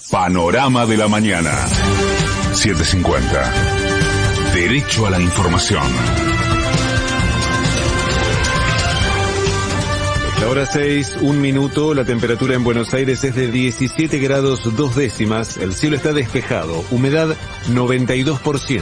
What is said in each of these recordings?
Panorama de la mañana. 7:50. Derecho a la información. La hora 6, 1 minuto, la temperatura en Buenos Aires es de 17 grados 2 décimas, el cielo está despejado, humedad 92%.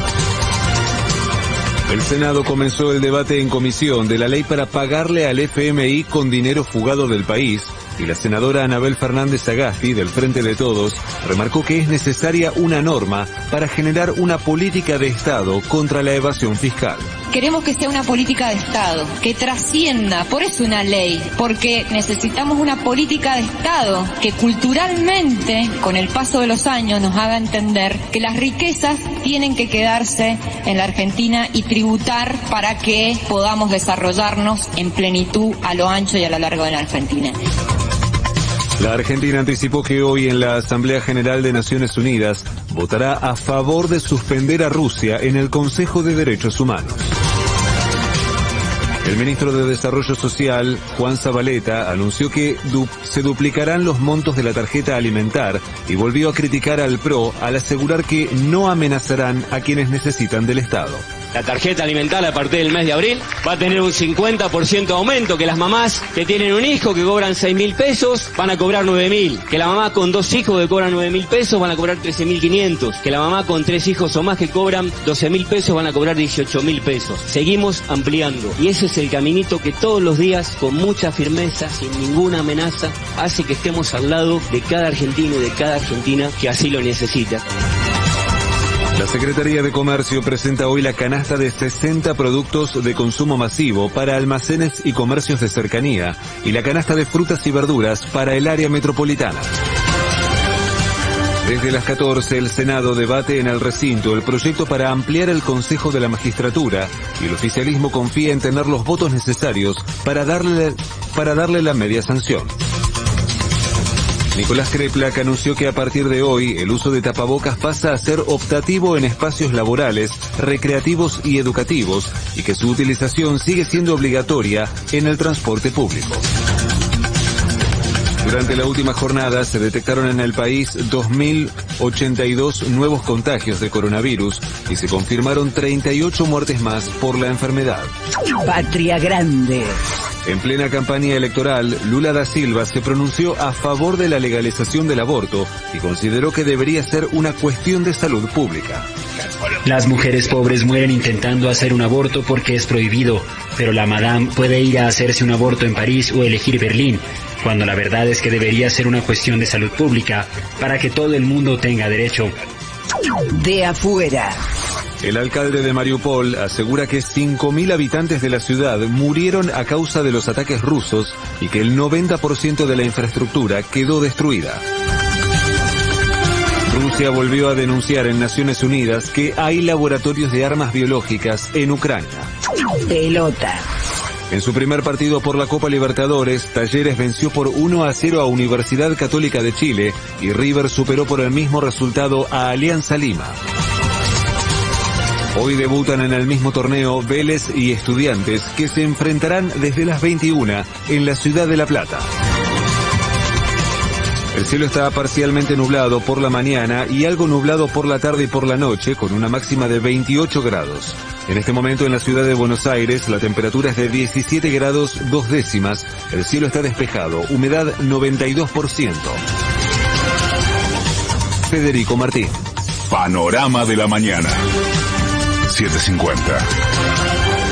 El Senado comenzó el debate en comisión de la ley para pagarle al FMI con dinero fugado del país, y la senadora Anabel Fernández Sagasti, del Frente de Todos, remarcó que es necesaria una norma para generar una política de Estado contra la evasión fiscal. Queremos que sea una política de Estado, que trascienda, por eso una ley, porque necesitamos una política de Estado que culturalmente, con el paso de los años, nos haga entender que las riquezas tienen que quedarse en la Argentina y tributar para que podamos desarrollarnos en plenitud a lo ancho y a lo largo de la Argentina. La Argentina anticipó que hoy en la Asamblea General de Naciones Unidas votará a favor de suspender a Rusia en el Consejo de Derechos Humanos. El ministro de Desarrollo Social, Juan Zabaleta, anunció que se duplicarán los montos de la tarjeta alimentar y volvió a criticar al PRO al asegurar que no amenazarán a quienes necesitan del Estado. La tarjeta alimentar a partir del mes de abril va a tener un 50% de aumento, que las mamás que tienen un hijo que cobran 6.000 pesos van a cobrar 9.000, que la mamá con 2 hijos que cobran 9.000 pesos van a cobrar 13.500, que la mamá con 3 hijos o más que cobran 12.000 pesos van a cobrar 18.000 pesos. Seguimos ampliando y ese es el caminito que todos los días, con mucha firmeza, sin ninguna amenaza, hace que estemos al lado de cada argentino y de cada argentina que así lo necesita. La Secretaría de Comercio presenta hoy la canasta de 60 productos de consumo masivo para almacenes y comercios de cercanía y la canasta de frutas y verduras para el área metropolitana. Desde las 14, el Senado debate en el recinto el proyecto para ampliar el Consejo de la Magistratura y el oficialismo confía en tener los votos necesarios para darle la media sanción. Nicolás Kreplak anunció que a partir de hoy el uso de tapabocas pasa a ser optativo en espacios laborales, recreativos y educativos y que su utilización sigue siendo obligatoria en el transporte público. Durante la última jornada se detectaron en el país 2.082 nuevos contagios de coronavirus y se confirmaron 38 muertes más por la enfermedad. Patria Grande. En plena campaña electoral, Lula da Silva se pronunció a favor de la legalización del aborto y consideró que debería ser una cuestión de salud pública. Las mujeres pobres mueren intentando hacer un aborto porque es prohibido, pero la madame puede ir a hacerse un aborto en París o elegir Berlín, cuando la verdad es que debería ser una cuestión de salud pública para que todo el mundo tenga derecho. De afuera. El alcalde de Mariupol asegura que 5.000 habitantes de la ciudad murieron a causa de los ataques rusos y que el 90% de la infraestructura quedó destruida. Rusia volvió a denunciar en Naciones Unidas que hay laboratorios de armas biológicas en Ucrania. Pelota. En su primer partido por la Copa Libertadores, Talleres venció por 1-0 a Universidad Católica de Chile y River superó por el mismo resultado a Alianza Lima. Hoy debutan en el mismo torneo Vélez y Estudiantes, que se enfrentarán desde las 21 en la ciudad de La Plata. El cielo está parcialmente nublado por la mañana y algo nublado por la tarde y por la noche, con una máxima de 28 grados. En este momento en la ciudad de Buenos Aires la temperatura es de 17 grados 2 décimas, el cielo está despejado, humedad 92%. Federico Martín. Panorama de la mañana. 7:50.